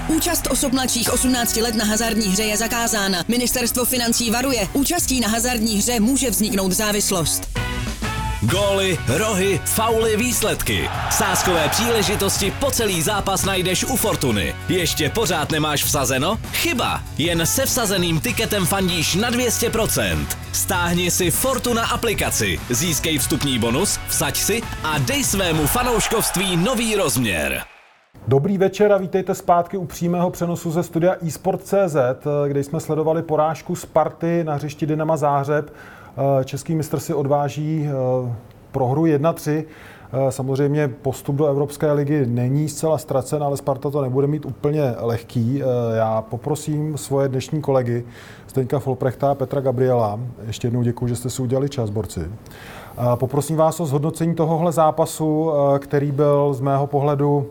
Účast osob mladších 18 let na hazardní hře je zakázána. Ministerstvo financí varuje, účastí na hazardní hře může vzniknout závislost. Góly, rohy, fauly, výsledky. Sázkové příležitosti po celý zápas najdeš u Fortuny. Ještě pořád nemáš vsazeno? Chyba! Jen se vsazeným tiketem fandíš na 200%. Stáhni si Fortuna aplikaci, získej vstupní bonus, vsaď si a dej svému fanouškovství nový rozměr. Dobrý večer a vítejte zpátky u přímého přenosu ze studia eSport.cz, kde jsme sledovali porážku Sparty na hřišti Dynama Záhřeb. Český mistr si odváží prohru 1-3. Samozřejmě postup do Evropské ligy není zcela ztracen, ale Sparta to nebude mít úplně lehký. Já poprosím svoje dnešní kolegy Zdeňka Folprechta a Petra Gabriela. Ještě jednou děkuji, že jste si udělali čas, borci. Poprosím vás o zhodnocení tohohle zápasu, který byl z mého pohledu,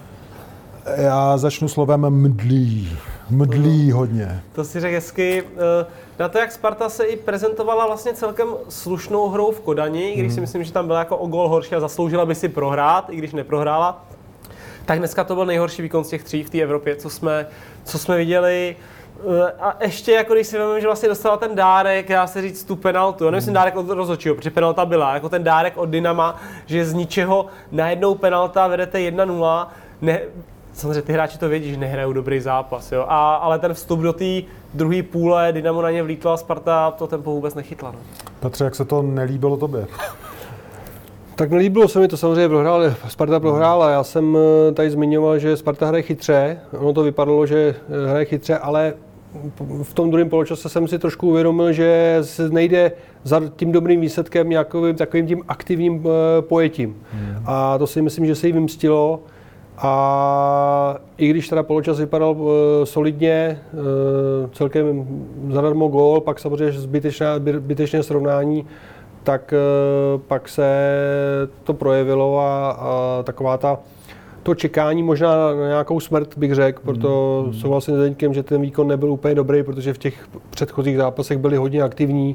já začnu slovem mdlý hodně. To si řekl hezky. Na to, jak Sparta se i prezentovala vlastně celkem slušnou hrou v Kodani, i když si myslím, že tam byla jako o gól horší a zasloužila by si prohrát, i když neprohrála, tak dneska to byl nejhorší výkon z těch tří v té Evropě, co jsme viděli. A ještě, jako když si vezmeme, že vlastně dostala ten dárek, dá se říct tu penaltu, já nemyslím dárek od rozhodčího, protože penalta byla, jako ten dárek od Dynama, že z ničeho najednou penalta vedete 1-0, samozřejmě ty hráči to vědí, že nehrajou dobrý zápas, jo? Ale ten vstup do té druhé půle, Dynamo na ně vlítlo a Sparta to tempo vůbec nechytla. No. Petře, jak se to nelíbilo tobě? Tak nelíbilo se mi to, samozřejmě Sparta prohrála. Já jsem tady zmiňoval, že Sparta hraje chytře. Ono to vypadalo, že hraje chytře, ale v tom druhém poločase jsem si trošku uvědomil, že se nejde za tím dobrým výsledkem takovým tím aktivním pojetím. A to si myslím, že se jí vymstilo. A i když teda poločas vypadal solidně, celkem zadarmo gól, pak samozřejmě zbytečné srovnání, tak pak se to projevilo a taková to čekání možná na nějakou smrt, bych řekl, proto souhlasím s Deňkem, že ten výkon nebyl úplně dobrý, protože v těch předchozích zápasech byli hodně aktivní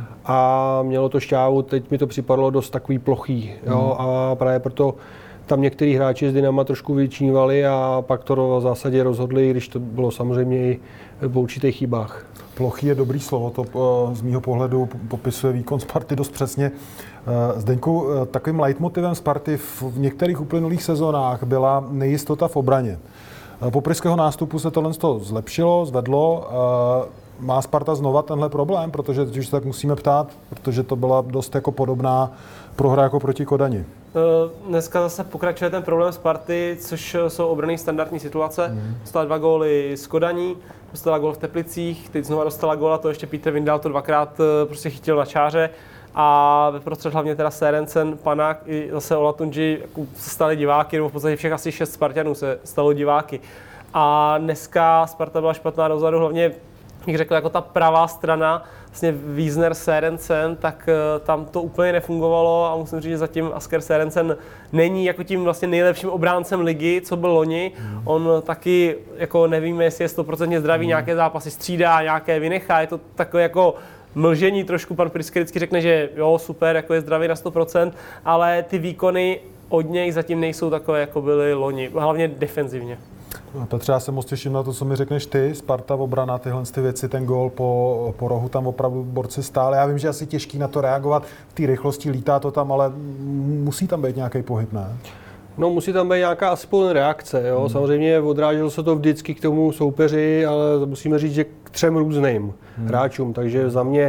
a mělo to šťávu, teď mi to připadlo dost takový plochý, jo, a právě proto tam některý hráči z Dynama trošku vyčnívali a pak to v zásadě rozhodli, když to bylo samozřejmě i v určitých chybách. Plochý je dobrý slovo, to z mýho pohledu popisuje výkon Sparty dost přesně. Zdeňku, takovým leitmotivem Sparty v některých uplynulých sezónách byla nejistota v obraně. Po Pryského nástupu se tohle zlepšilo, zvedlo. Má Sparta znova tenhle problém, protože když se tak musíme ptát, protože to byla dost jako podobná prohra jako proti Kodani. Dneska zase pokračuje ten problém Sparty, což jsou obranné standardní situace. Dostala 2 góly z Kodaní, dostala gól v Teplicích, teď znova dostala gól a to ještě Petr Vindal to 2krát prostě chytil na čáře. A veprostřed hlavně teda Serencen, Panák i zase Olatunji jako se stali diváky, nebo v podstatě všech asi 6 Spartanů se stalo diváky. A dneska Sparta byla špatná dozadu, hlavně bych řekl, jako ta pravá strana, vlastně Wiesner Serencen, tak tam to úplně nefungovalo a musím říct, že zatím Asker Serencen není jako tím vlastně nejlepším obráncem ligy, co byl loni. On taky, jako nevíme, jestli je 100% zdravý, nějaké zápasy střídá, nějaké vynechá, je to takové jako mlžení trošku, pan Pryske vždycky řekne, že jo, super, jako je zdravý na 100%, ale ty výkony od něj zatím nejsou takové, jako byly loni, hlavně defenzivně. Petře, já se moc těším na to, co mi řekneš ty. Sparta, obrana, tyhle ty věci, ten gól po rohu tam opravdu borci stáli. Já vím, že je asi těžký na to reagovat, v té rychlosti lítá to tam, ale musí tam být nějaký pohyb, ne? No, musí tam být nějaká aspoň reakce, jo. Samozřejmě odráželo se to vždycky k tomu soupeři, ale musíme říct, že k 3 různým hráčům, takže za mě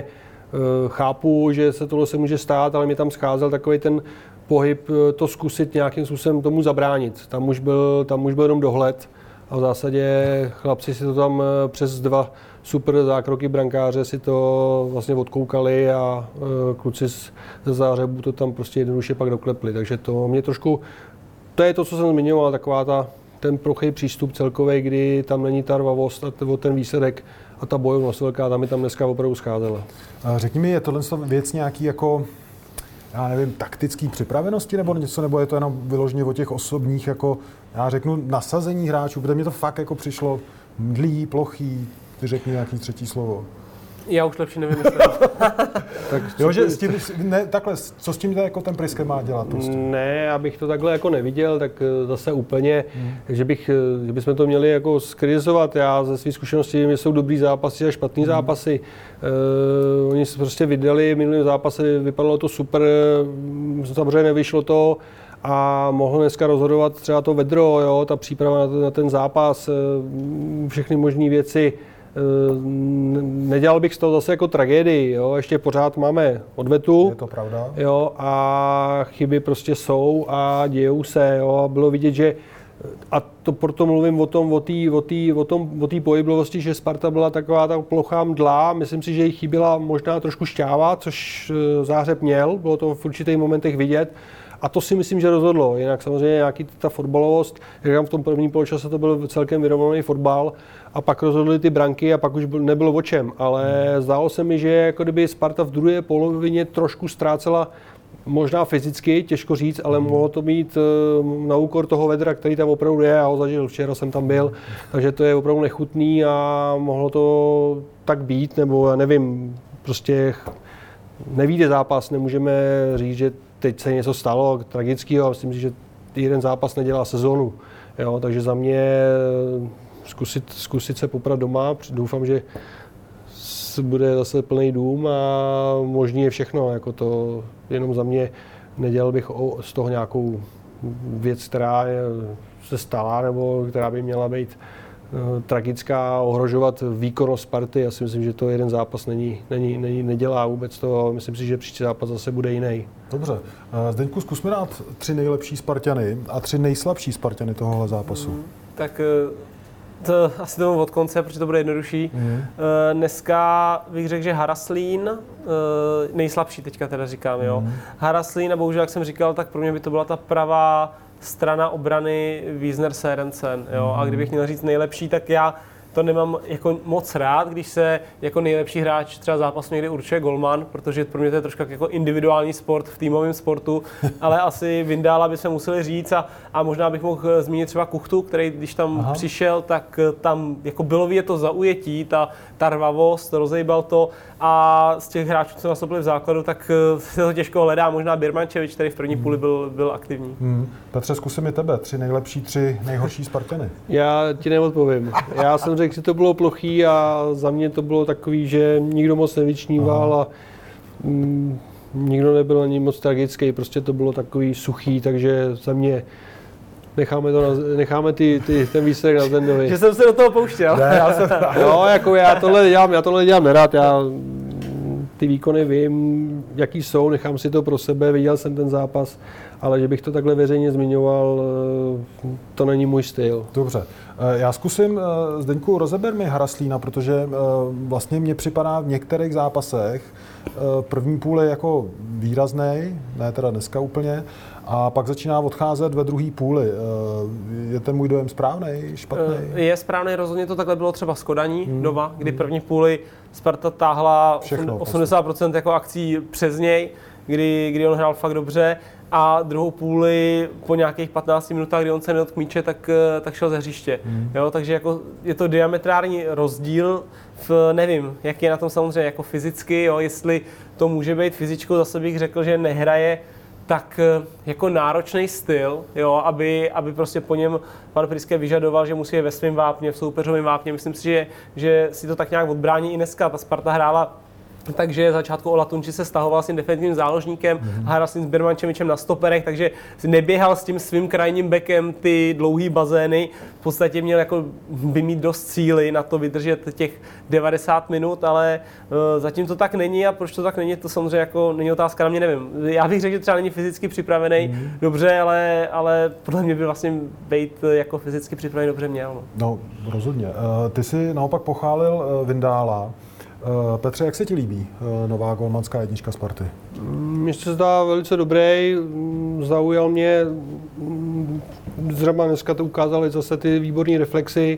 chápu, že se tohle se může stát, ale mě tam scházel takový ten pohyb, to zkusit nějakým způsobem tomu zabránit. Tam už byl jenom dohled a v zásadě chlapci si to tam přes 2 super zákroky brankáře si to vlastně odkoukali a kluci ze Záhřebu to tam prostě jednoduše pak doklepli. Takže to mě trošku, to je to, co jsem zmiňoval, taková ten plochý přístup celkový, kdy tam není ta rvavost a ten výsledek a ta bojovnost velká, tam mi tam dneska opravdu scházela. Řekni mi, je tohle věc nějaký jako, já nevím, taktický připravenosti nebo něco, nebo je to jenom vyloženě o těch osobních, jako já řeknu, nasazení hráčů, protože mě to fakt jako přišlo mdlý, plochý, ty řekni nějaký třetí slovo. Já už lepší nevymyslím. Tak jo, že s tím, ne, takhle, co s tím jako ten Priske má dělat? Prostě? Ne, abych to takhle jako neviděl, tak zase úplně, že bychom to měli jako skritizovat. Já ze své zkušenosti vím, že jsou dobrý zápasy a špatný zápasy. Oni se prostě vydali, v minulém zápase vypadalo to super, samozřejmě nevyšlo to a mohl dneska rozhodovat třeba to vedro, jo, ta příprava na ten zápas, všechny možné věci. Nedělal bych z toho zase jako tragédii, jo? Ještě pořád máme odvetu. Je to pravda. Jo? A chyby prostě jsou a dějou se. Jo? Bylo vidět, že a to proto mluvím o té pohyblivosti, že Sparta byla taková ta plochá mdla. Myslím si, že jí chyběla možná trošku šťáva, což Záhřeb měl. Bylo to v určitých momentech vidět. A to si myslím, že rozhodlo. Jinak samozřejmě nějaký ta fotbalovost, jak v tom prvním poločase to byl celkem vyrovnaný fotbal a pak rozhodly ty branky a pak už nebylo o čem. Ale zdálo se mi, že jako kdyby Sparta v druhé polovině trošku ztrácela možná fyzicky, těžko říct, ale mohlo to být na úkor toho vedra, který tam opravdu je. Já ho zažil, včera jsem tam byl, takže to je opravdu nechutný a mohlo to tak být, nebo já nevím, prostě nevyjde zápas, nemůžeme říct, že teď se něco stalo tragického a myslím si, že jeden zápas nedělá sezónu. Jo, takže za mě zkusit se poprat doma. Doufám, že bude zase plný dům a možný je všechno. Jako to jenom za mě nedělal bych z toho nějakou věc, která se stala nebo která by měla být tragická, ohrožovat výkonnost Sparty. Já si myslím, že to jeden zápas nedělá vůbec to. Myslím si, že příští zápas zase bude jiný. Dobře. Zdeňku, zkusme dát 3 nejlepší Sparťany a 3 nejslabší Sparťany tohohle zápasu. Tak to asi tomu od konce, protože to bude jednodušší. Dneska bych řekl, že Haraslín, nejslabší teďka teda říkám, jo. Haraslín a bohužel, jak jsem říkal, tak pro mě by to byla ta pravá strana obrany Wiesner Sørensen, jo. A kdybych měl říct nejlepší, tak já to nemám jako moc rád, když se jako nejlepší hráč třeba zápasu někdy určuje golman, protože pro mě to je trošku jako individuální sport v týmovém sportu, ale asi Vindála bychom museli říct a možná bych mohl zmínit třeba Kuchtu, který když tam přišel, tak tam jako bylo vidět to zaujetí, ta rvavost, rozejbal to a z těch hráčů, co nastoupili v základu, tak se to těžko hledá. Možná Birmančevič, který v první půli byl aktivní. Petře, zkusím i tebe. 3 nejlepší, 3 nejhorší Spartany. Já ti neodpovím. Já jsem řekl, že to bylo plochý a za mě to bylo takový, že nikdo moc nevyčníval a nikdo nebyl ani moc tragický. Prostě to bylo takový suchý, takže za mě necháme ten výsledek na Zdendovi. Že jsem se do toho pouštěl. Ne, No, jako já tohle dělám nerad. Já ty výkony vím, jaký jsou, nechám si to pro sebe, viděl jsem ten zápas, ale že bych to takhle veřejně zmiňoval, to není můj styl. Dobře. Já zkusím, Zdeňku, rozeber mi Haraslína, protože vlastně mně připadá v některých zápasech první půl je jako výrazný, ne teda dneska úplně, a pak začíná odcházet ve druhé půli. Je ten můj dojem správný, špatný? Je správný, rozhodně to takhle bylo třeba s Kodaní doma, kdy první půli Sparta táhla všechno, 80% jako akcí přes něj, kdy on hrál fakt dobře a druhou půli po nějakých 15 minutách, kdy on se nedotk míče, tak šel ze hřiště. Jo, takže jako je to diametrální rozdíl nevím, jak je na tom samozřejmě jako fyzicky, jo, jestli to může být fyzičkou, zase bych řekl, že nehraje tak jako náročný styl, jo, aby prostě po něm pan Priske vyžadoval, že musí je ve svém vápně, v soupeřovém vápně. Myslím si, že si to tak nějak odbrání i dneska. Ta Sparta hrála takže začátku Olatunči se stahoval s tím definitivním záložníkem, hrál s tím s Birmančevičem na stoperech, takže si neběhal s tím svým krajním bekem ty dlouhý bazény. V podstatě měl jako by mít dost síly na to vydržet těch 90 minut, ale zatím to tak není a proč to tak není, to samozřejmě jako není otázka na mě, nevím. Já bych řekl, že třeba není fyzicky připravený dobře, ale podle mě by vlastně být jako fyzicky připravený dobře měl. No, rozhodně. Ty si naopak pochválil Vindála. Petře, jak se ti líbí nová golmanská jednička Sparty? Mně se zdá velice dobrý, zaujal mě, zrovna dneska to ukázali zase ty výborné reflexy,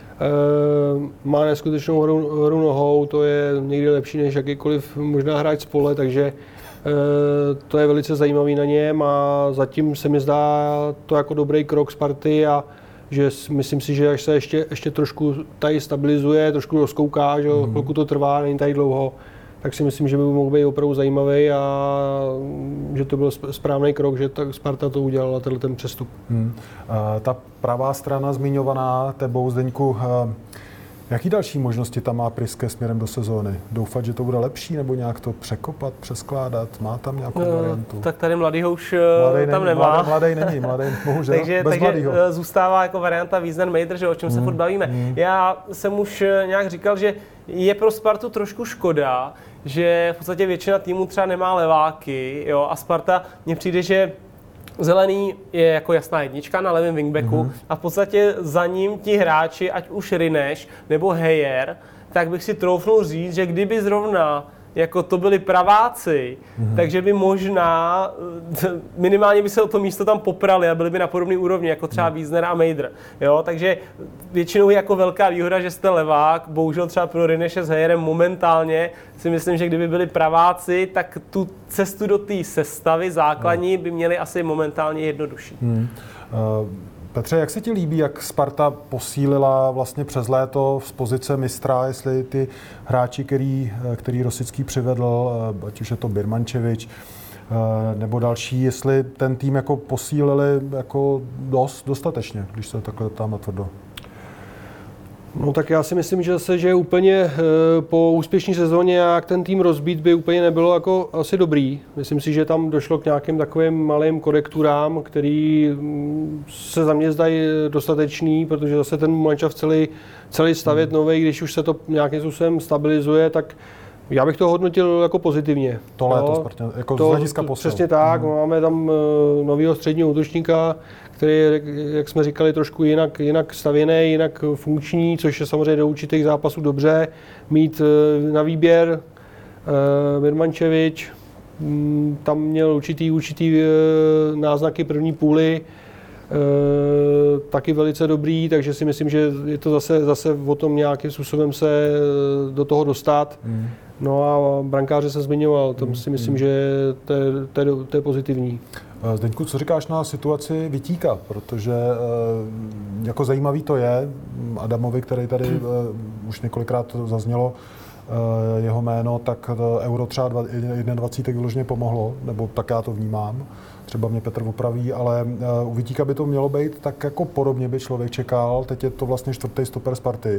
má neskutečnou hru nohou, to je někdy lepší než jakýkoliv možná hráč z pole, takže to je velice zajímavý na něm a zatím se mi zdá to jako dobrý krok Sparty a že myslím si, že až se ještě trošku tady stabilizuje, trošku rozkouká, že chvilku to trvá, není tady dlouho, tak si myslím, že by mohl být opravdu zajímavý a že to byl správný krok, že Sparta to udělala, ten přestup. Ta pravá strana zmiňovaná tebou, Zdeňku, jaký další možnosti tam má Priske směrem do sezóny? Doufat, že to bude lepší, nebo nějak to překopat, přeskládat? Má tam nějakou variantu? Tak tady mladýho už tam nemá. Mladý není, bohužel, takže zůstává jako varianta Wiesner-Mader, že o čem se furt bavíme. Já jsem už nějak říkal, že je pro Spartu trošku škoda, že v podstatě většina týmů třeba nemá leváky, jo, a Sparta, mně přijde, že Zelený je jako jasná jednička na levém wingbacku a v podstatě za ním ti hráči, ať už Rineš nebo Heyer, tak bych si troufnul říct, že kdyby zrovna jako to byli praváci, takže by možná, minimálně by se o to místo tam poprali a byli by na podobné úrovni, jako třeba Wiesner a Mader. Jo? Takže většinou je jako velká výhoda, že jste levák, bohužel třeba pro Rineše s Heyerem momentálně si myslím, že kdyby byli praváci, tak tu cestu do té sestavy základní by měli asi momentálně jednodušší. Petře, jak se ti líbí, jak Sparta posílila vlastně přes léto z pozice mistra, jestli ty hráči, který Rosický přivedl, ať už je to Birmančevič nebo další, jestli ten tým jako posílili jako dostatečně, když se takhle ptám natvrdo? No tak já si myslím, že úplně po úspěšné sezóně jak ten tým rozbít by úplně nebylo jako asi dobrý. Myslím si, že tam došlo k nějakým takovým malým korekturám, který se za mě zdají dostatečný, protože zase ten manšaft celý stavět nový, když už se to nějakým způsobem stabilizuje, tak já bych to hodnotil jako pozitivně. To léto Spartě, jako z hlediska posil. Přesně tak, máme tam novýho středního útočníka, který je, jak jsme říkali, trošku jinak stavěný, jinak funkční, což je samozřejmě do určitých zápasů dobře. Mít na výběr Birmančevič, tam měl určitý náznaky první půly, taky velice dobrý, takže si myslím, že je to zase o tom nějakým způsobem se do toho dostat. No a brankáře se zmiňoval, tam si myslím, že to je pozitivní. Zdeňku, co říkáš na situaci Vitíka? Protože jako zajímavý to je, Adamovi, který tady už několikrát zaznělo jeho jméno, tak Euro třeba 21 vyloženě pomohlo, nebo tak já to vnímám. Třeba mě Petr opraví, ale u Vitíka by to mělo být tak jako podobně by člověk čekal. Teď je to vlastně čtvrtý stoper Sparty.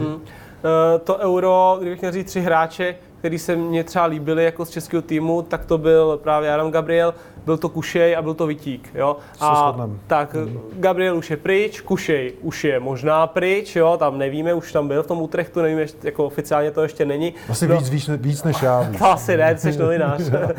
To Euro, kdybych měl říct 3 hráče, který se mě třeba líbili jako z českého týmu, tak to byl právě Adam Gabriel, byl to Kušej a byl to Vitík. Jo? A tak Gabriel už je pryč, Kušej už je možná pryč, jo? Tam nevíme, už tam byl v tom Utrechtu, nevíme, jako oficiálně to ještě není. Asi víc než já. To asi ne, jsi novinář.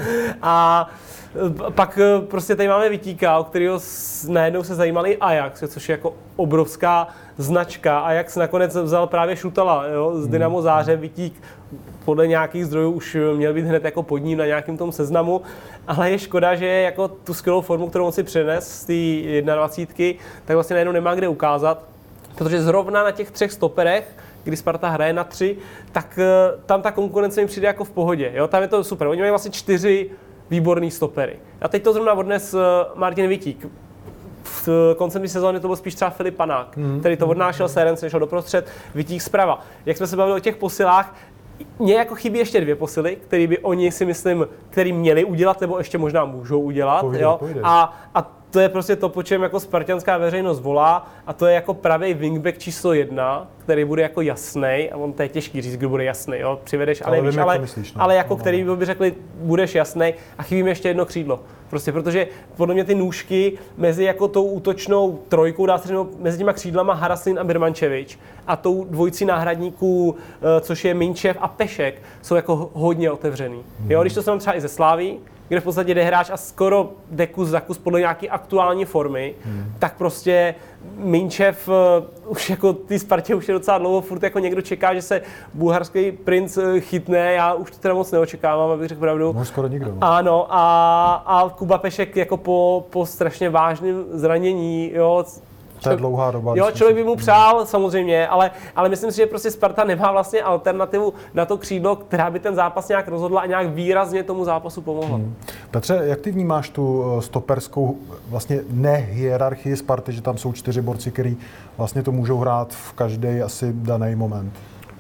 A pak prostě tady máme Vitíka, o kterého najednou se zajímali Ajax, což je jako obrovská značka. Ajax nakonec vzal právě Šutala, jo, z Dynamo Zářeb. Vitík podle nějakých zdrojů už měl být hned jako pod ním na nějakém tom seznamu, ale je škoda, že jako tu skvělou formu, kterou on si přines z té 21, tak vlastně najednou nemá kde ukázat, protože zrovna na těch 3 stoperech, kdy Sparta hraje na 3, tak tam ta konkurence mi přijde jako v pohodě. Jo? Tam je to super. Oni mají vlastně 4 výborný stopery. A teď to zrovna odnes Martin Vitík. V koncem sezóny to byl spíš třeba Filip Panák, který to odnášel, Serenc šel doprostřed, Vitík zprava. Jak jsme se bavili o těch posilách, mně jako chybí ještě 2 posily, které by oni si myslím, který měli udělat, nebo ještě možná můžou udělat. Povídej. A to je prostě to, po čem jako spartanská veřejnost volá, a to je jako pravý wingback číslo 1, který bude jako jasnej, a on to je těžký říct, kdo bude jasnej, jo, přivedeš, ale nevíš, ale jako který by řekli, budeš jasnej, a chybí mi ještě jedno křídlo. Prostě protože podle mě ty nůžky mezi jako tou útočnou trojkou, dá se říct, mezi těma křídlama Haraslín a Birmančevič a tou dvojicí náhradníků, což je Minčev a Pešek, jsou jako hodně otevřený. Jo, když to jsem třeba i ze Sláví, kde v podstatě jde hráč a skoro jde kus za kus podle nějaké aktuální formy, tak prostě Minčev už jako ty Spartě už je docela dlouho, furt jako někdo čeká, že se bulharský princ chytne, já už to teda moc neočekávám, abych řekl pravdu. No, skoro nikdo. No. Ano, a Kuba Pešek jako po strašně vážném zranění, jo, To je dlouhá doba. Jo, člověk by mu přál samozřejmě, ale myslím si, že prostě Sparta nemá vlastně alternativu na to křídlo, která by ten zápas nějak rozhodla a nějak výrazně tomu zápasu pomohla. Petře, jak ty vnímáš tu stoperskou vlastně nehierarchii Sparty, že tam jsou 4 borci, kteří vlastně to můžou hrát v každý asi daný moment?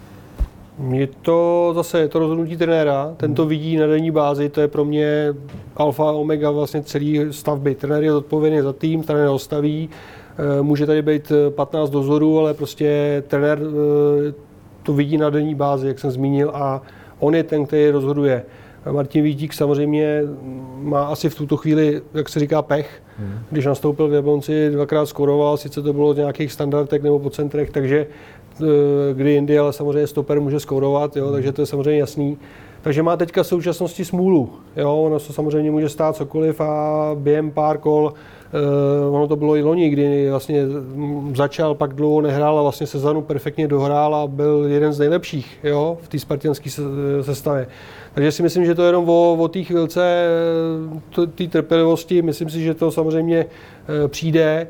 Je to rozhodnutí trenéra, ten to vidí na denní bázi, to je pro mě alfa omega vlastně celý stavby. Trenér je zodpovědný za tým, trenér ho staví, může tady být 15 dozorů, ale prostě trenér to vidí na denní bázi, jak jsem zmínil, a on je ten, který rozhoduje. Martin Vítík samozřejmě má asi v tuto chvíli, jak se říká, pech. Když nastoupil v Jablonci, 2krát skoroval, sice to bylo v nějakých standardech nebo po centrech, takže kdy jindy, ale samozřejmě stoper může skórovat, jo, takže to je samozřejmě jasný. Takže má teďka v současnosti smůlu, jo, ono se samozřejmě může stát cokoliv a během pár kol, ono to bylo i loni, kdy vlastně začal, pak dlouho nehrál a vlastně sezonu perfektně dohrál a byl jeden z nejlepších, jo, v té spartianské sestavě. Takže si myslím, že to je jenom o té chvilce, té trpělivosti, myslím si, že to samozřejmě přijde.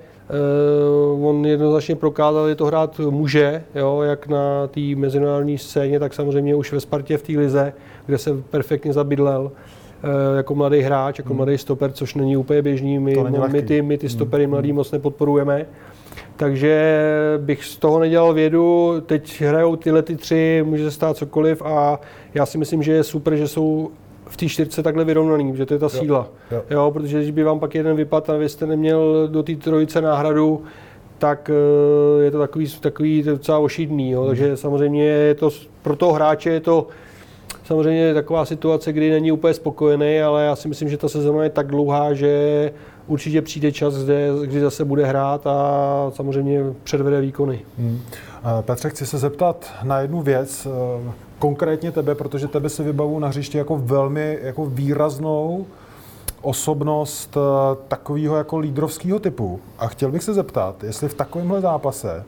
On jednoznačně prokázal, že to hrát může, jo, jak na té mezinárodní scéně, tak samozřejmě už ve Spartě v té lize, kde se perfektně zabydlel jako mladý hráč, jako mladý stoper, což není úplně běžný. My ty stopery mladý moc nepodporujeme. Takže bych z toho nedělal vědu. Teď hrajou tyhle ty 3, může se stát cokoliv a já si myslím, že je super, že jsou v té 4 takhle vyrovnaný, že to je ta síla. Jo, protože když by vám pak jeden vypadl a vy jste neměl do té trojice náhradu, tak je to takový docela ošidný. Jo. Takže samozřejmě je to, pro toho hráče je to samozřejmě taková situace, kdy není úplně spokojený, ale já si myslím, že ta sezóna je tak dlouhá, že určitě přijde čas, kdy zase bude hrát a samozřejmě předvede výkony. Petře, chci se zeptat na jednu věc, konkrétně tebe, protože tebe si vybavu na hřišti jako velmi jako výraznou osobnost takového jako lídrovského typu. A chtěl bych se zeptat, jestli v takovémhle zápase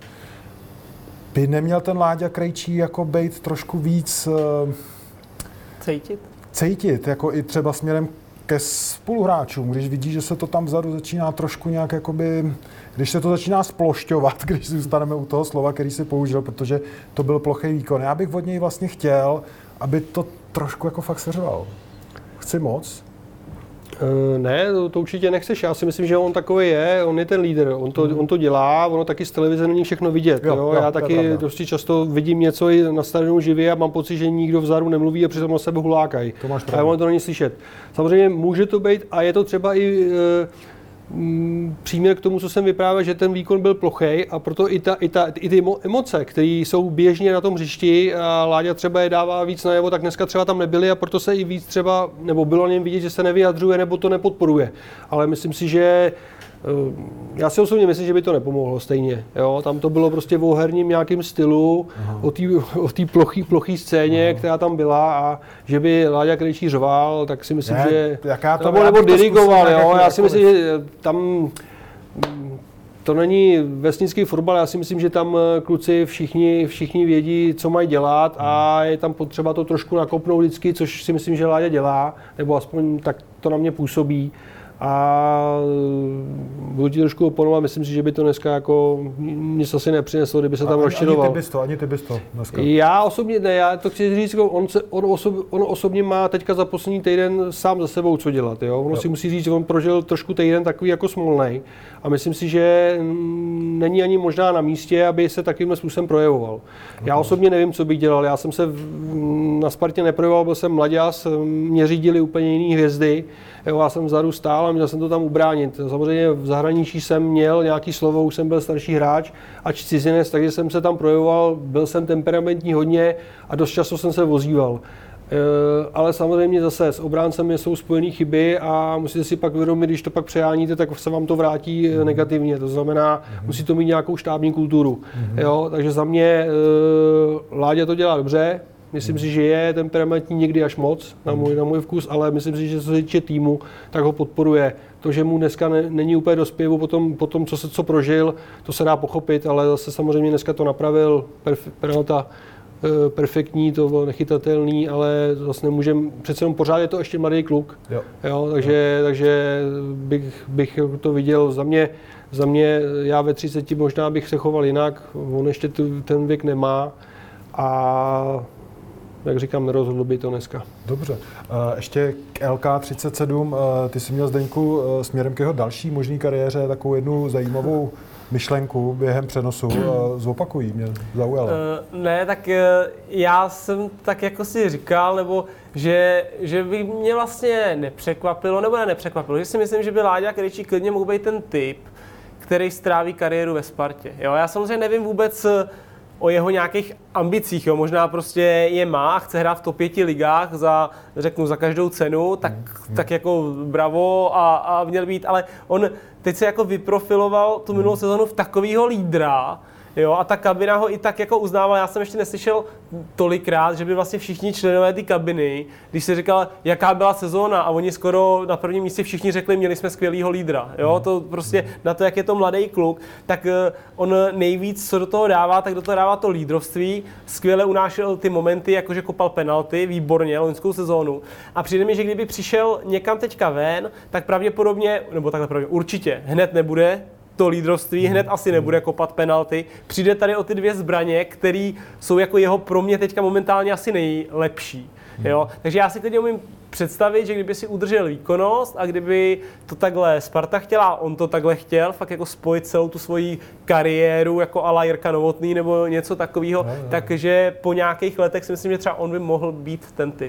by neměl ten Láďa Krejčí jako být trošku víc cítit, jako i třeba směrem ke spoluhráčům, když vidí, že se to tam vzadu začíná trošku nějak jakoby, když se to začíná splošťovat, když zůstaneme u toho slova, který si použil, protože to byl plochý výkon. Já bych od něj vlastně chtěl, aby to trošku jako fakt seřval. Chci moc? Ne, to určitě nechceš. Já si myslím, že on takový je, on je ten lídr, on to dělá, ono taky z televize není všechno vidět. Jo, já taky dosti často vidím něco i na stadionu živě a mám pocit, že nikdo vzadu nemluví a přitom na sebe hulákají. A ono to není slyšet. Samozřejmě může to být a je to třeba i příměr k tomu, co jsem vyprávěl, že ten výkon byl plochej a proto i ty emoce, které jsou běžně na tom hřišti a Láďa třeba je dává víc najevo, tak dneska třeba tam nebyly a proto se i víc třeba, nebo bylo na něm vidět, že se nevyjadřuje nebo to nepodporuje. Ale myslím si, že já si osobně myslím, že by to nepomohlo stejně. Jo? Tam to bylo prostě o herním nějakým stylu, o té plochý scéně, která tam byla a že by Láďa Krejčí řval, tak si myslím, že nebo dirigoval. Jo? Já si myslím, že tam to není vesnický fotbal, já si myslím, že tam kluci všichni vědí, co mají dělat a je tam potřeba to trošku nakopnout vždycky, což si myslím, že Láďa dělá, nebo aspoň tak to na mě působí. A budu ti trošku oponovat, myslím si, že by to dneska jako nic asi nepřineslo, kdyby se tam rozčiloval. Ani ty bys to dneska. Já osobně ne, já to chci říct, on osobně má teďka za poslední týden sám za sebou co dělat. Jo? Ono si musí říct, že on prožil trošku týden takový jako smolnej a myslím si, že není ani možná na místě, aby se takovýmhle způsobem projevoval. Já osobně nevím, co bych dělal, já jsem se na Spartě neprojevoval, byl jsem mlaďas, mě řídili úplně jiný hvězdy. Jo, já jsem vzadu stál a měl jsem to tam ubránit. Samozřejmě v zahraničí jsem měl nějaký slovo, už jsem byl starší hráč, ač cizinec, takže jsem se tam projevoval, byl jsem temperamentní hodně a dost často jsem se vozíval. Ale samozřejmě zase s obráncem jsou spojené chyby a musíte si pak uvědomit, když to pak přejáníte, tak se vám to vrátí negativně. To znamená, musí to mít nějakou štábní kulturu. Jo, takže za mě Láďa to dělá dobře. Myslím si, že je temperamentní někdy až moc na můj vkus, ale myslím si, že co se týče týmu, tak ho podporuje. To, že mu dneska není úplně do zpěvu po tom, co prožil, to se dá pochopit, ale zase samozřejmě dneska to napravil, penalta perfektní, to bylo nechytatelný, ale zase nemůžem, přece jenom pořád je to ještě mladý kluk. Jo, takže bych to viděl za mě, já ve 30 možná bych se choval jinak, on ještě ten věk nemá a jak říkám, nerozhodl by to dneska. Dobře. Ještě k LK37, ty jsi měl, Zdeňku, směrem k jeho další možný kariéře takovou jednu zajímavou myšlenku během přenosu. Zopakují, mě zaujalo. Ne, tak já jsem tak jako si říkal, nebo že by mě vlastně nepřekvapilo, že si myslím, že by Láďa Krejčí klidně mohl být ten typ, který stráví kariéru ve Spartě. Jo, já samozřejmě nevím vůbec o jeho nějakých ambicích, jo. Možná prostě je má a chce hrát v top 5 ligách za každou cenu, tak jako bravo a měl být, ale on teď se jako vyprofiloval tu minulou sezonu v takovýho lídra, jo, a ta kabina ho i tak jako uznávala. Já jsem ještě neslyšel tolikrát, že by vlastně všichni členové té kabiny, když se říkal, jaká byla sezóna, a oni skoro na prvním místě všichni řekli, měli jsme skvělýho lídra. Jo, to prostě na to, jak je to mladý kluk, tak on nejvíc, co do toho dává, tak do toho dává to lídrovství. Skvěle unášel ty momenty, jakože kopal penalty, výborně, loňskou sezónu. A přijde mi, že kdyby přišel někam teďka ven, tak pravděpodobně, nebo takhle pravděpodobně, určitě hned nebude to lídrovství, hned asi nebude kopat penalty. Přijde tady o ty dvě zbraně, které jsou jako jeho pro mě teďka momentálně asi nejlepší. Jo? Takže já si klidně umím představit, že kdyby si udržel výkonnost a kdyby to takhle Sparta chtěla, on to takhle chtěl, fakt jako spojit celou tu svoji kariéru jako ala Jirka Novotný nebo něco takového, takže po nějakých letech si myslím, že třeba on by mohl být ten typ.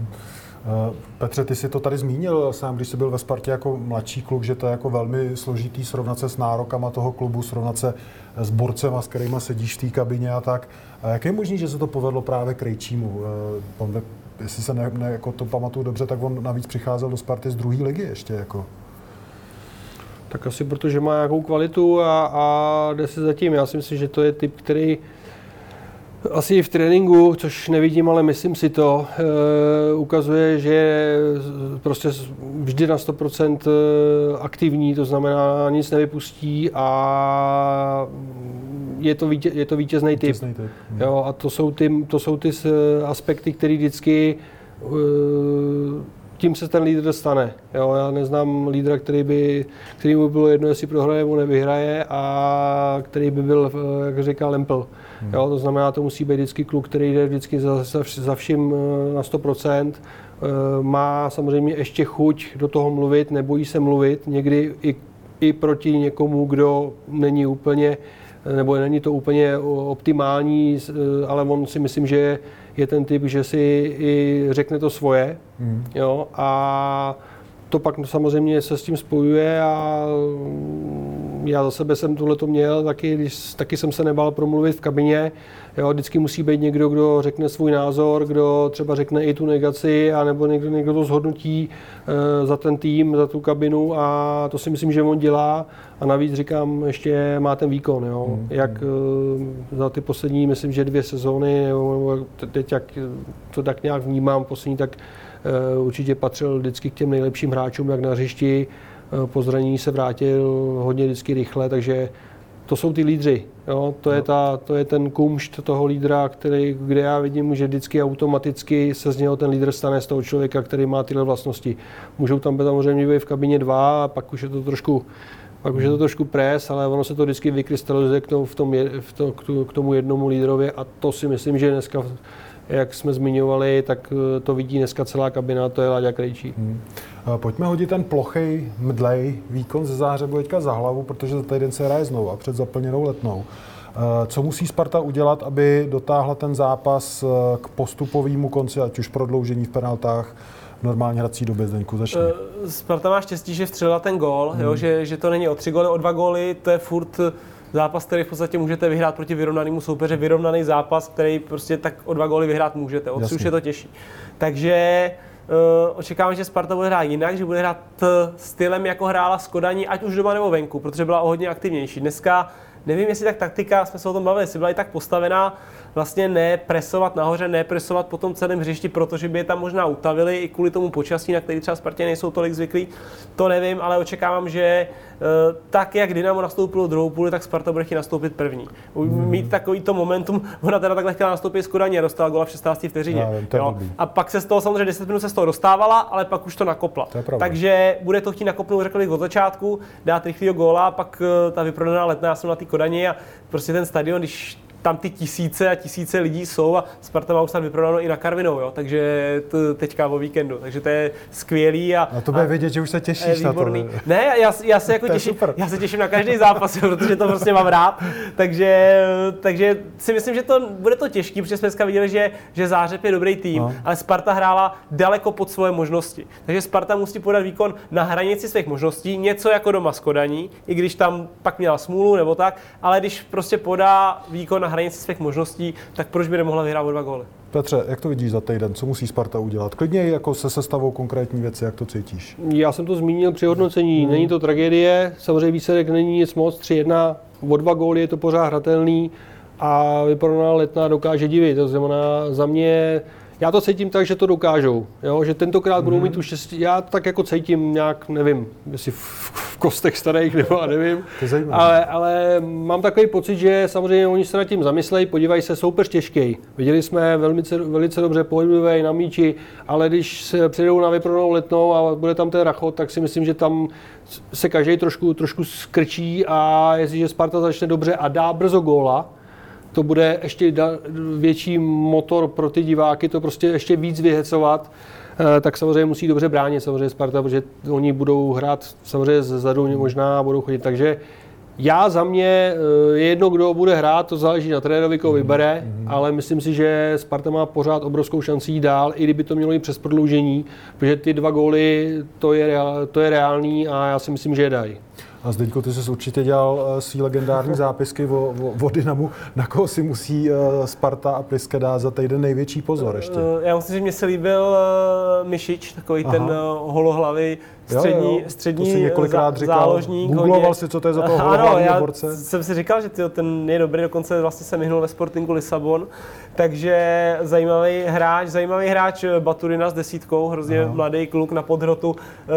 Petře, ty si to tady zmínil sám, když jsi byl ve Spartě jako mladší kluk, že to je jako velmi složitý srovnat se s nárokama toho klubu, srovnat se s borcema, s kterýma sedíš v té kabině a tak. A jak je možný, že se to povedlo právě Krejčímu? Jestli se jako to pamatuju dobře, tak on navíc přicházel do Sparty z druhé ligy ještě jako. Tak asi protože má nějakou kvalitu a jde se zatím. Já si myslím, že to je typ, který asi i v tréninku, což nevidím, ale myslím si to, ukazuje, že je prostě vždy na 100% aktivní, to znamená nic nevypustí a je to vítězný typ. Jo, a to jsou ty aspekty, které vždycky tím se ten lídr stane. Jo, já neznám lídra, který mu bylo jedno, jestli prohraje nebo nevyhraje a který by byl, jak říká, lempl. Jo, to znamená, to musí být vždycky kluk, který jde vždycky za vším na 100%. Má samozřejmě ještě chuť do toho mluvit, nebojí se mluvit, někdy i proti někomu, kdo není úplně, nebo není to úplně optimální, ale on si myslím, že je ten typ, že si i řekne to svoje. Jo, a to pak samozřejmě se s tím spojuje a já za sebe jsem tohleto měl, taky jsem se nebál promluvit v kabině. Jo, vždycky musí být někdo, kdo řekne svůj názor, kdo třeba řekne i tu negaci, anebo někdo to zhodnotí za ten tým, za tu kabinu a to si myslím, že on dělá a navíc říkám, ještě má ten výkon. Jo. Jak za ty poslední, myslím, že 2 sezóny, nebo teď jak to tak nějak vnímám poslední, tak určitě patřil vždycky k těm nejlepším hráčům, jak na hřišti. Po zranění se vrátil hodně vždycky rychle, takže to jsou ty lídři. Jo? To je ten kumšt toho lídra, kde já vidím, že vždycky automaticky se z něho ten lídr stane, z toho člověka, který má tyhle vlastnosti. Můžou tam samozřejmě být v kabině 2, a pak už je to trošku pres, ale ono se to vždycky vykrystalizuje k tomu jednomu lídrovi a to si myslím, že dneska, jak jsme zmiňovali, tak to vidí dneska celá kabina, to je Láďa Krejčí. Pojďme hodit ten plochej, mdlej výkon ze Záhřebu teďka za hlavu, protože za týden se hraje znovu před zaplněnou Letnou. Co musí Sparta udělat, aby dotáhla ten zápas k postupovému konci, ať už prodloužení v penaltách, v normální hrací době? Zdeňku, začne. Sparta má štěstí, že vstřelila ten gól, že to není o 3 góly, o 2 góly, to je furt zápas, který v podstatě můžete vyhrát proti vyrovnanému soupeři, vyrovnaný zápas, který prostě tak o 2 góly vyhrát můžete, o 3 už je to těžší. Takže očekávám, že Sparta bude hrát jinak, že bude hrát stylem, jako hrála s Kodaní, ať už doma nebo venku, protože byla o hodně aktivnější. Dneska nevím, jestli tak taktika, jsme se o tom bavili, jestli byla i tak postavená, vlastně nepresovat nahoře, nepresovat po tom celém hřišti, protože by je tam možná utavili i kvůli tomu počasí, na který třeba Spartě nejsou tolik zvyklí. To nevím, ale očekávám, že tak, jak Dynamo nastoupilo druhou půli, tak Sparta bude chtít nastoupit první. Mít takovýto momentum, ona teda takhle chtěla nastoupit z Kodaně a dostala góla v 16. vteřině. A pak se z toho samozřejmě 10 minut se z toho dostávala, ale pak už to nakopla. Takže bude to chtít nakopnout, řekl bych, od začátku, dát rychlýho góla, a pak ta vyprodaná Letná, já jsem na té Kodani a prostě ten stadion, když tam ty tisíce a tisíce lidí jsou a Sparta má už snad vyprodáno i na Karvinou, jo? Takže teďka o víkendu, takže to je skvělý. A to bude vědět, že už se těšíš na to. Ne, já se jako těším, já se těším na každý zápas, protože to prostě mám rád, takže si myslím, že bude to těžký, protože jsme dneska viděli, že Zářeb je dobrý tým, ale Sparta hrála daleko pod svoje možnosti. Takže Sparta musí podat výkon na hranici svých možností, něco jako doma s Kodaní, i když tam pak měla smůlu nebo tak, ale když prostě podá výkon na hranici svých možností, tak proč by nemohla vyhrát o 2 góly? Petře, jak to vidíš za týden? Co musí Sparta udělat? Klidně jako se sestavou konkrétní věci, jak to cítíš? Já jsem to zmínil při hodnocení. Není to tragédie, samozřejmě výsledek není nic moc, 3-1, o 2 góly je to pořád hratelný a vyprodaná Letná dokáže divit. To znamená, za mě, já to cítím tak, že to dokážou, jo? Že tentokrát budou mít tu štěstí. Já tak jako cítím nějak, nevím, jestli v kostech starých nebo nevím, ale mám takový pocit, že samozřejmě oni se nad tím zamyslejí, podívají se, soupeř těžký. Viděli jsme velice dobře pohybivý na míči, ale když se přijdou na vyprodanou Letnou a bude tam ten rachot, tak si myslím, že tam se každý trošku skrčí a jestliže Sparta začne dobře a dá brzo góla, to bude ještě větší motor pro ty diváky, to prostě ještě víc vyhecovat, tak samozřejmě musí dobře bránit samozřejmě Sparta, protože oni budou hrát samozřejmě zezadu možná a budou chodit. Takže já za mě je jedno, kdo bude hrát, to záleží na trenérovi, koho vybere, ale myslím si, že Sparta má pořád obrovskou šanci jít dál, i kdyby to mělo jít přes prodloužení, protože ty 2 góly, to je reálný a já si myslím, že je dají. A Zdeňko, ty jsi určitě dělal svý legendární zápisky o Dynamu. Na koho si musí Sparta a Pliska dát za týden největší pozor ještě? Já musím, že mě se líbil Myšič, takový ten holohlavý střední záložník. Googloval si, co to je za toho holohlavního borce? Ano, já jsem si říkal, že ten je dobrý, dokonce vlastně se vyhnul ve Sportingu Lisabon, takže zajímavý hráč Baturina s 10, hrozně mladý kluk na podhrotu.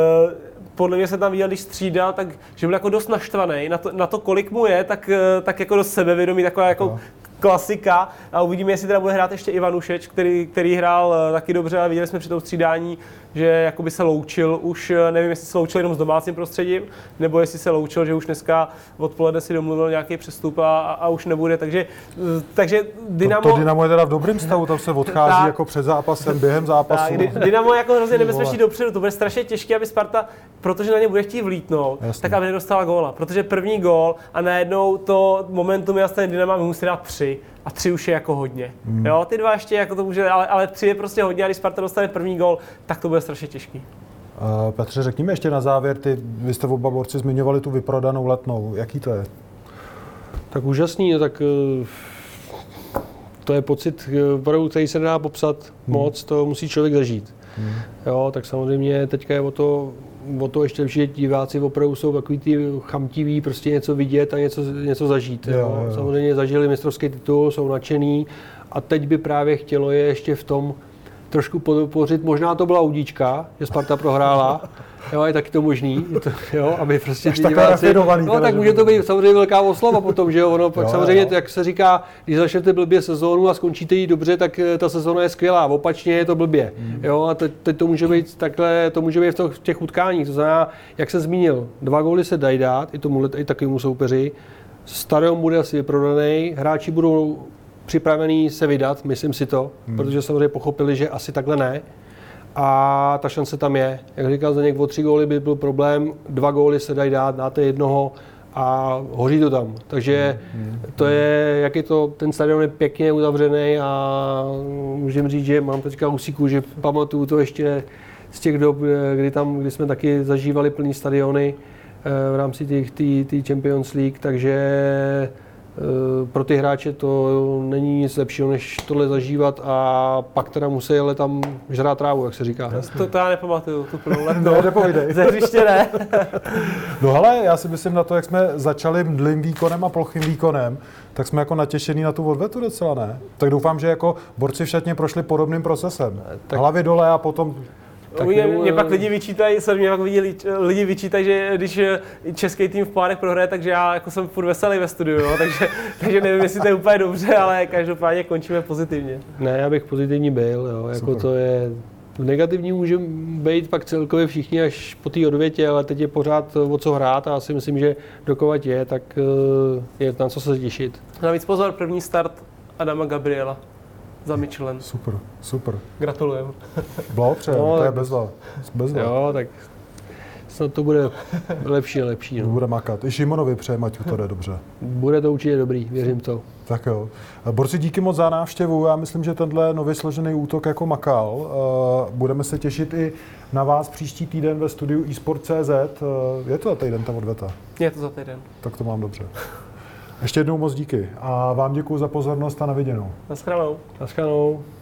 Podle mě se tam viděl, když střídal, tak že byl jako dost naštvaný na to, kolik mu je, tak jako dost sebevědomý, taková jako klasika. A uvidíme, jestli teda bude hrát ještě Ivanušeč, který hrál taky dobře, ale viděli jsme při tom střídání, že jakoby se loučil už, nevím, jestli se loučil jenom s domácím prostředím, nebo jestli se loučil, že už dneska odpoledne si domluvil nějaký přestup a už nebude, takže Dynamo... To Dynamo je teda v dobrém stavu, tam se odchází jako před zápasem, během zápasu. Dynamo je jako hrozně nebezpečný dopředu, to bude strašně těžké, aby Sparta, protože na ně bude chtít vlítnout, tak aby nedostala góla, protože první gól a najednou to momentum je ten Dynamo musí dát 3. A 3 už je jako hodně. Jo, ty 2 ještě jako to může, ale 3 je prostě hodně a když Sparta dostane první gól, tak to bude strašně těžký. Petře, řekněme ještě na závěr, vy jste oba borci zmiňovali tu vyprodanou Letnou. Jaký to je? Tak úžasný, tak to je pocit, který se nedá popsat moc, to musí člověk zažít. Jo, tak samozřejmě teďka je o to ještě lepší, že diváci opravdu jsou takový ty chamtiví, prostě něco vidět a něco zažít. Jo. Samozřejmě zažili mistrovský titul, jsou nadšený a teď by právě chtělo je ještě v tom trošku podpořit. Možná to byla udíčka, že Sparta prohrála, jo, je taky to možný, jo, aby prostě ty diváci... No, tak může to být samozřejmě velká oslava potom, že jo, ono pak samozřejmě, jak se říká, když začnete blbě sezónu a skončíte jí dobře, tak ta sezóna je skvělá, opačně je to blbě, jo, a teď to může být takhle, to může být v těch utkáních, to znamená, jak jsem zmínil, 2 góly se dají dát, i takovému soupeři, stadion bude asi vyprodaný, hráči budou připravený se vydat, myslím si to, protože samozřejmě pochopili, že asi takhle ne. A ta šance tam je. Jak říkal Zdeněk, o 3 góly by byl problém, 2 góly se dají dát, dáte jednoho a hoří to tam. Takže to je, jak je to, ten stadion je pěkně uzavřený a můžeme říct, že mám teďka husíku, že pamatuju to ještě z těch dob, kdy jsme taky zažívali plný stadiony v rámci té Champions League, takže pro ty hráče to není nic lepšího, než tohle zažívat a pak teda musí ale tam žrát trávu, jak se říká. To já nepamatuju, tu plnou Letnou. No, nepovídej. Ze hřiště ne. No ale já si myslím na to, jak jsme začali mdlým výkonem a plochým výkonem, tak jsme jako natěšený na tu odvetu docela, ne? Tak doufám, že jako borci v šatně prošli podobným procesem. Tak hlavy dole a potom Mě pak lidi vyčítají, že když český tým v pohárech prohraje, takže já jako jsem furt veselý ve studiu, jo? takže nevím, jestli to je úplně dobře, ale každopádně končíme pozitivně. Ne, já bych pozitivní byl, jo? Jako to je... Negativní může být pak celkově všichni až po té odvětě, ale teď je pořád o co hrát a já si myslím, že dokovat je, tak je na co se těšit. Navíc pozor, první start Adama Gabriela za Michelin. Super. Gratulujem. Blahopřeji, to je bezva. Jo, tak snad to bude lepší. No. Bude makat. I Šimonovi přejeme, ať to jde dobře. Bude to určitě dobrý, věřím to. Tak jo. Borci, díky moc za návštěvu. Já myslím, že tenhle nově složený útok jako makal. Budeme se těšit i na vás příští týden ve studiu eSport.cz. Je to za týden ta odveta? Je to za týden. Tak to mám dobře. Ještě jednou moc díky. A vám děkuji za pozornost a na viděnou. Naschledanou. Naschledanou.